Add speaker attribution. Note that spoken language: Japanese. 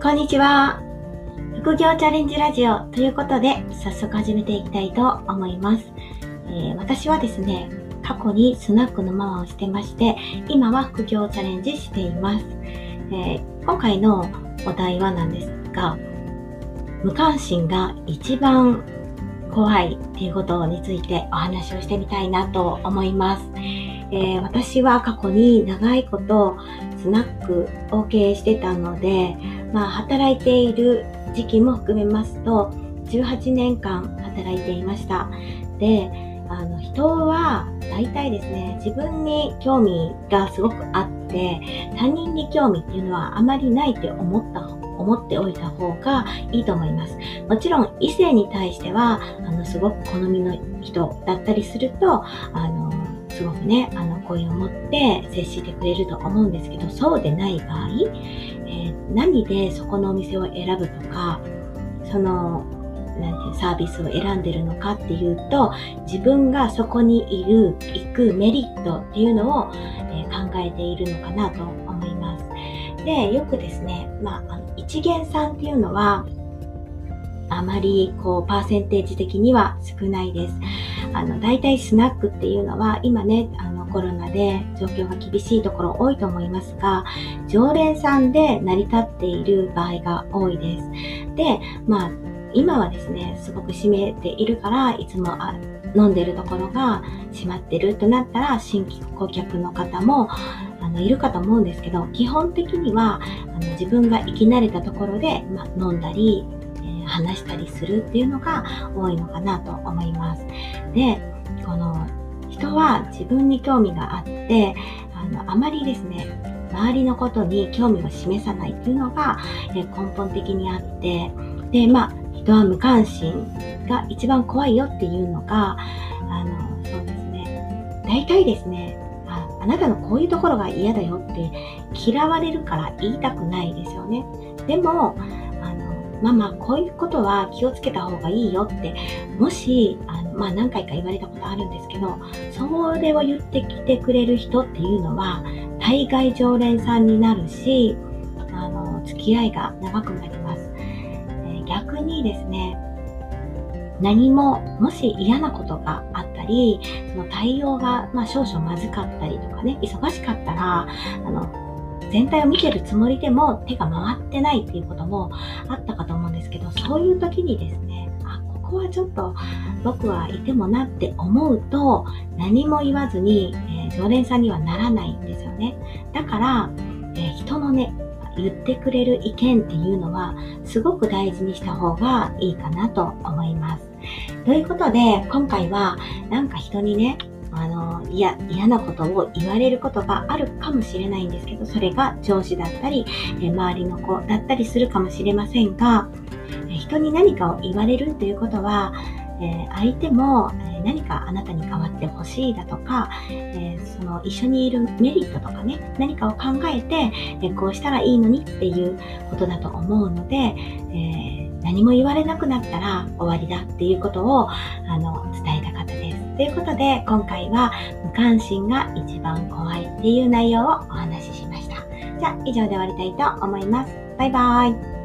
Speaker 1: こんにちは。副業チャレンジラジオということで早速始めていきたいと思います。私はですね、過去にスナックのママをしてまして、今は副業チャレンジしています。今回のお題はなんですが、無関心が一番怖いっていうことについてお話をしてみたいなと思います。私は過去に長いことスナックを経営してたので、働いている時期も含めますと18年間働いていました。で、人は大体ですね、自分に興味がすごくあって他人に興味っていうのはあまりないって思っておいた方がいいと思います。もちろん異性に対してはすごく好みの人だったりするとすごくね好意を持って接してくれると思うんですけど、そうでない場合、何でそこのお店を選ぶとかそのサービスを選んでるのかっていうと、自分がそこに行くメリットっていうのを、考えているのかなと思います。で、よくですね、一元さんっていうのはあまりパーセンテージ的には少ないです。だいたいスナックっていうのは今ねコロナで状況が厳しいところ多いと思いますが、常連さんで成り立っている場合が多いです。で、今はですねすごく閉めているからいつも飲んでるところが閉まってるとなったら新規顧客の方もいるかと思うんですけど、基本的には自分が生き慣れたところで、飲んだり、話したりするっていうのが多いのかなと思います。で、この人は自分に興味があってあまりですね周りのことに興味を示さないっていうのが根本的にあって、で人は無関心が一番怖いよっていうのがそうですね、大体ですねあなたのこういうところが嫌だよって嫌われるから言いたくないですよね。でもママこういうことは気をつけた方がいいよってもし何回か言われたことあるんですけど、それを言ってきてくれる人っていうのは大概常連さんになるし付き合いが長くなります。逆にですね、何ももし嫌なことがあったりその対応が少々まずかったりとかね、忙しかったら全体を見てるつもりでも手が回ってないっていうこともあったかと思うんですけど、そういう時にですね、ここはちょっと僕はいてもなって思うと何も言わずに、常連さんにはならないんですよね。だから、人のね言ってくれる意見っていうのはすごく大事にした方がいいかなと思います。ということで今回は人にね嫌なことを言われることがあるかもしれないんですけど、それが上司だったり周りの子だったりするかもしれませんが、人に何かを言われるということは相手も何かあなたに代わってほしいだとかその一緒にいるメリットとかね、何かを考えてこうしたらいいのにっていうことだと思うので、何も言われなくなったら終わりだっていうことを伝えたかったです。ということで今回は無関心が一番怖いっていう内容をお話ししました。じゃあ以上で終わりたいと思います。バイバイ。